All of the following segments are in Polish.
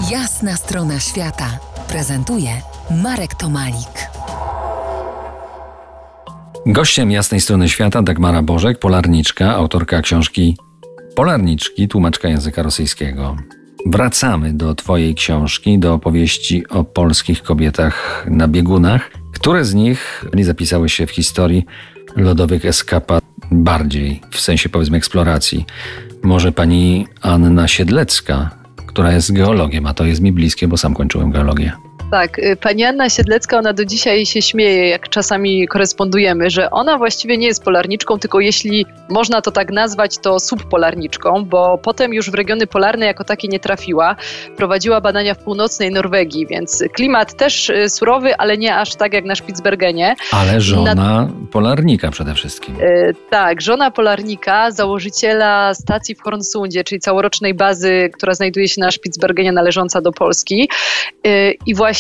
Jasna strona świata prezentuje Marek Tomalik. Gościem Jasnej Strony Świata Dagmara Bożek, polarniczka, autorka książki Polarniczki, tłumaczka języka rosyjskiego. Wracamy do twojej książki, do opowieści o polskich kobietach na biegunach. Które z nich nie zapisały się w historii lodowych eskapad bardziej, w sensie powiedzmy eksploracji? Może pani Anna Siedlecka, która jest geologiem, a to jest mi bliskie, bo sam kończyłem geologię. Tak, pani Anna Siedlecka, ona do dzisiaj się śmieje, jak czasami korespondujemy, że ona właściwie nie jest polarniczką, tylko jeśli można to tak nazwać, to subpolarniczką, bo potem już w regiony polarne jako takie nie trafiła. Prowadziła badania w północnej Norwegii, więc klimat też surowy, ale nie aż tak jak na Spitsbergenie. Ale żona polarnika przede wszystkim. Tak, żona polarnika, założyciela stacji w Hornsundzie, czyli całorocznej bazy, która znajduje się na Spitsbergenie, należąca do Polski. I właściwie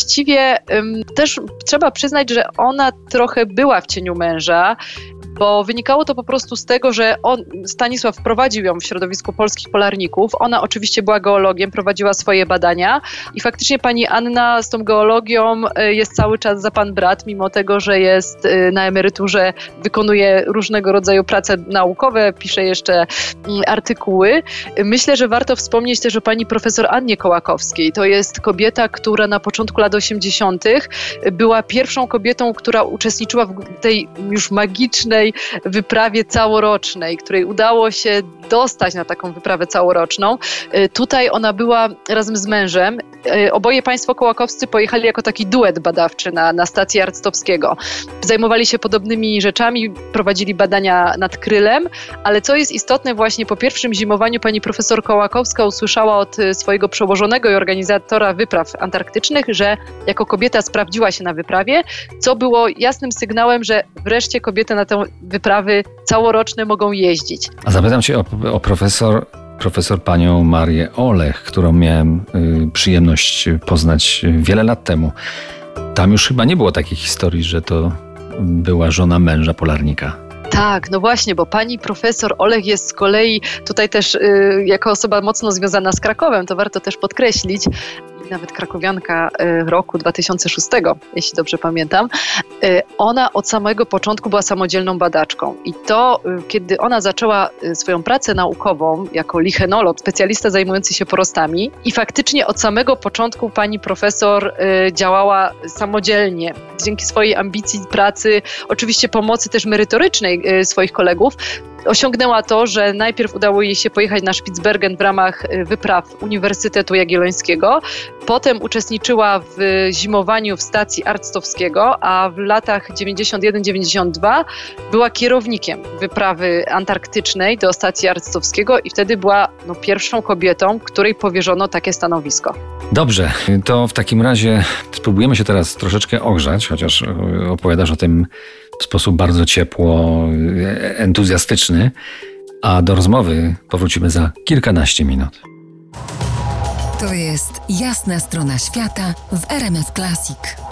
też trzeba przyznać, że ona trochę była w cieniu męża, bo wynikało to po prostu z tego, że Stanisław wprowadził ją w środowisku polskich polarników. Ona oczywiście była geologiem, prowadziła swoje badania i faktycznie pani Anna z tą geologią jest cały czas za pan brat, mimo tego, że jest na emeryturze, wykonuje różnego rodzaju prace naukowe, pisze jeszcze artykuły. Myślę, że warto wspomnieć też o pani profesor Annie Kołakowskiej. To jest kobieta, która na początku lat 80. była pierwszą kobietą, która uczestniczyła w tej już magicznej wyprawie całorocznej, której udało się dostać na taką wyprawę całoroczną. Tutaj ona była razem z mężem. Oboje państwo kołakowscy pojechali jako taki duet badawczy na stację Arctowskiego. Zajmowali się podobnymi rzeczami, prowadzili badania nad Krylem, ale co jest istotne, właśnie po pierwszym zimowaniu pani profesor Kołakowska usłyszała od swojego przełożonego i organizatora wypraw antarktycznych, że jako kobieta sprawdziła się na wyprawie, co było jasnym sygnałem, że wreszcie kobiety na tę wyprawy całoroczne mogą jeździć. A zapytam cię o profesor panią Marię Olech, którą miałem przyjemność poznać wiele lat temu. Tam już chyba nie było takiej historii, że to była żona męża polarnika. Tak, no właśnie, bo pani profesor Olech jest z kolei tutaj też jako osoba mocno związana z Krakowem, to warto też podkreślić, nawet krakowianka roku 2006, jeśli dobrze pamiętam. Ona od samego początku była samodzielną badaczką i to, kiedy ona zaczęła swoją pracę naukową jako lichenolog, specjalista zajmujący się porostami i faktycznie od samego początku pani profesor działała samodzielnie. Dzięki swojej ambicji pracy, oczywiście pomocy też merytorycznej swoich kolegów, osiągnęła to, że najpierw udało jej się pojechać na Spitsbergen w ramach wypraw Uniwersytetu Jagiellońskiego. Potem uczestniczyła w zimowaniu w stacji Arctowskiego, a w latach 91-92 była kierownikiem wyprawy antarktycznej do stacji Arctowskiego i wtedy była pierwszą kobietą, której powierzono takie stanowisko. Dobrze, to w takim razie spróbujemy się teraz troszeczkę ogrzać, chociaż opowiadasz o tym w sposób bardzo ciepło, entuzjastyczny, a do rozmowy powrócimy za kilkanaście minut. To jest Jasna strona świata w RMF Classic.